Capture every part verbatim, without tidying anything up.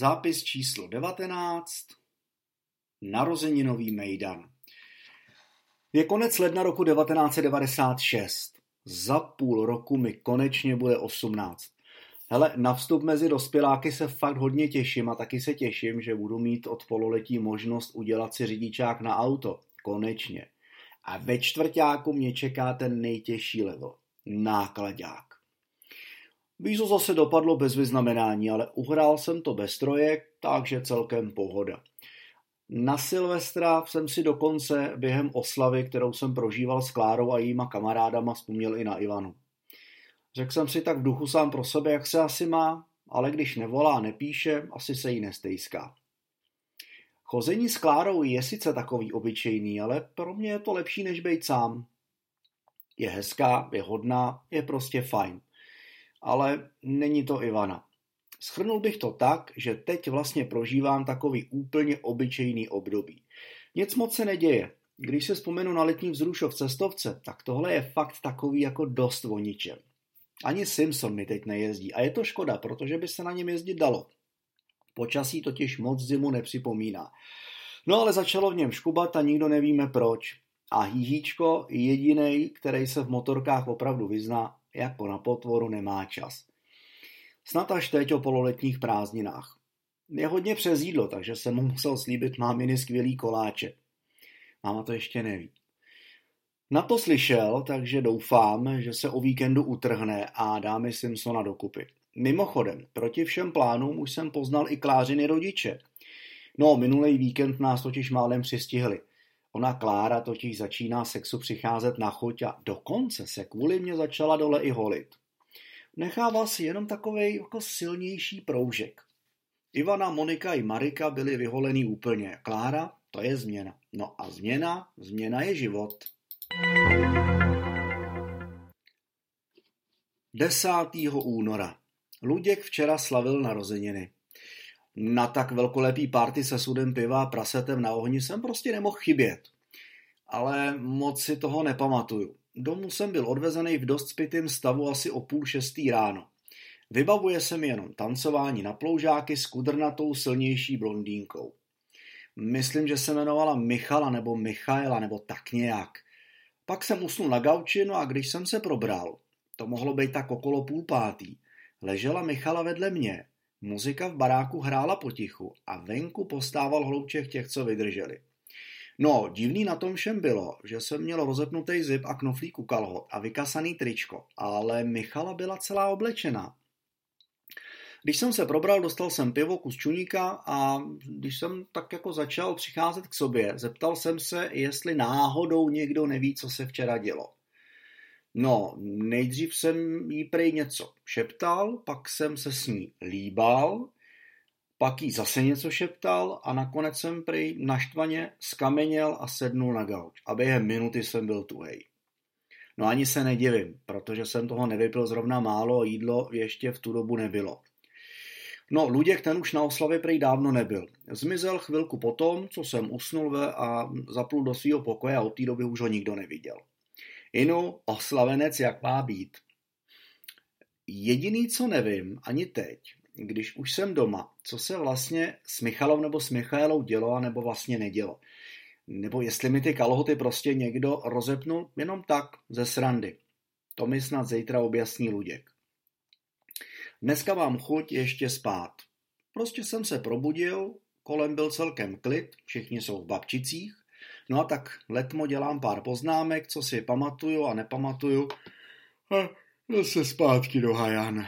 Zápis číslo devatenáct. Narozeninový mejdan. Je konec ledna roku devatenáct set devadesát šest. Za půl roku mi konečně bude osmnáct. Hele, na vstup mezi dospěláky se fakt hodně těším a taky se těším, že budu mít od pololetí možnost udělat si řidičák na auto. Konečně. A ve čtvrťáku mě čeká ten nejtěžší level. Náklaďák. Vízo zase dopadlo bez vyznamenání, ale uhrál jsem to bez trojek, takže celkem pohoda. Na Silvestra jsem si dokonce během oslavy, kterou jsem prožíval s Klárou a jejíma kamarádama, vzpomněl i na Ivanu. Řekl jsem si tak v duchu sám pro sebe, jak se asi má, ale když nevolá, nepíše, asi se jí nestejská. Chození s Klárou je sice takový obyčejný, ale pro mě je to lepší, než být sám. Je hezká, je hodná, je prostě fajn. Ale není to Ivana. Shrnul bych to tak, že teď vlastně prožívám takový úplně obyčejný období. Nic moc se neděje. Když se vzpomenu na letní vzrušov v cestovce, tak tohle je fakt takový jako dost o ničem. Ani Simpson mi teď nejezdí a je to škoda, protože by se na něm jezdit dalo. Počasí totiž moc zimu nepřipomíná. No ale začalo v něm škubat a nikdo nevíme proč. A Hýhíčko, jedinej, který se v motorkách opravdu vyzná, jako na potvoru nemá čas. Snad až teď o pololetních prázdninách. Je hodně přes jídlo, takže jsem mu musel slíbit máminy skvělý koláče. Máma to ještě neví. Na to slyšel, takže doufám, že se o víkendu utrhne a dáme Simpsona dokupy. Mimochodem, proti všem plánům už jsem poznal i Klářiny rodiče. No, minulý víkend nás totiž málem přistihli. Ona Klára totiž začíná sexu přicházet na chuť a dokonce se kvůli mě začala dole i holit. Nechával si jenom takovej jako silnější proužek. Ivana, Monika i Marika byly vyholený úplně. Klára, to je změna. No a změna, změna je život. desátého února. Luděk včera slavil narozeniny. Na tak velkolepý party se sudem piva a prasetem na ohni jsem prostě nemohl chybět. Ale moc si toho nepamatuju. Domů jsem byl odvezený v dost spitým stavu asi o půl šestý ráno. Vybavuje se mi jenom tancování na ploužáky s kudrnatou silnější blondýnkou. Myslím, že se jmenovala Michala nebo Michaela nebo tak nějak. Pak jsem usnul na gauči, no a když jsem se probral, to mohlo být tak okolo půl pátý, ležela Michala vedle mě. Muzika v baráku hrála potichu a venku postával hlouček těch, co vydrželi. No, divný na tom všem bylo, že jsem měl rozepnutý zip a knoflík u kalhot a vykasaný tričko, ale Michala byla celá oblečená. Když jsem se probral, dostal jsem pivo, kus čuníka a když jsem tak jako začal přicházet k sobě, zeptal jsem se, jestli náhodou někdo neví, co se včera dělo. No, nejdřív jsem jí prej něco šeptal, pak jsem se s ní líbal, pak jí zase něco šeptal a nakonec jsem prej naštvaně skameněl a sednul na gauč. A během minuty jsem byl tuhej. No ani se nedivím, protože jsem toho nevypil zrovna málo a jídlo ještě v tu dobu nebylo. No, Luděk ten už na oslavě prej dávno nebyl. Zmizel chvilku potom, co jsem usnul a zaplul do svého pokoje a od té doby už ho nikdo neviděl. Inu, oslavenec jak má být. Jediný, co nevím, ani teď, když už jsem doma, co se vlastně s Michalou nebo s Michaelou dělo, nebo vlastně nedělo. Nebo jestli mi ty kalhoty prostě někdo rozepnul jenom tak, ze srandy. To mi snad zítra objasní Luděk. Dneska mám chuť ještě spát. Prostě jsem se probudil, kolem byl celkem klid, všichni jsou v babčicích, no a tak letmo dělám pár poznámek, co si pamatuju a nepamatuju a zase zpátky do hajan.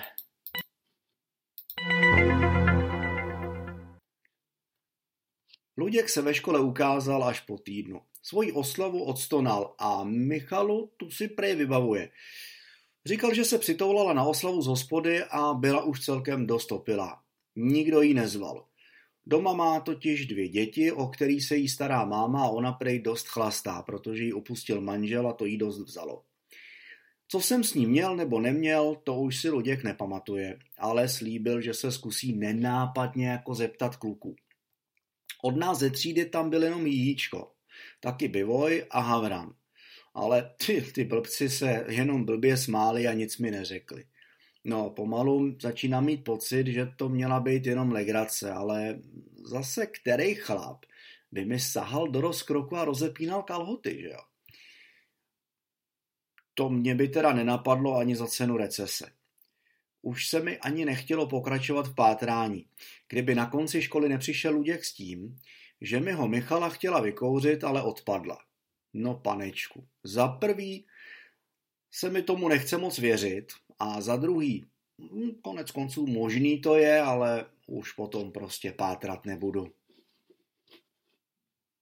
Luděk se ve škole ukázal až po týdnu. Svoji oslavu odstonal a Michalu tu si prej vybavuje. Říkal, že se přitoulala na oslavu z hospody a byla už celkem dost opilá. Nikdo jí nezval. Doma má totiž dvě děti, o který se jí stará máma a ona prej dost chlastá, protože jí opustil manžel a to jí dost vzalo. Co jsem s ním měl nebo neměl, to už si Luděk nepamatuje, ale slíbil, že se zkusí nenápadně jako zeptat kluků. Od nás ze třídy tam byl jenom Jíčko, taky Bivoj a Havran. Ale ty, ty blbci se jenom blbě smáli a nic mi neřekli. No, pomalu začínám mít pocit, že to měla být jenom legrace, ale zase který chlap by mi sahal do rozkroku a rozepínal kalhoty, že jo? To mě by teda nenapadlo ani za cenu recese. Už se mi ani nechtělo pokračovat v pátrání, kdyby na konci školy nepřišel Luděk s tím, že mi ho Michala chtěla vykouřit, ale odpadla. No panečku, za prvý se mi tomu nechce moc věřit a za druhý, konec konců možný to je, ale už potom prostě pátrat nebudu.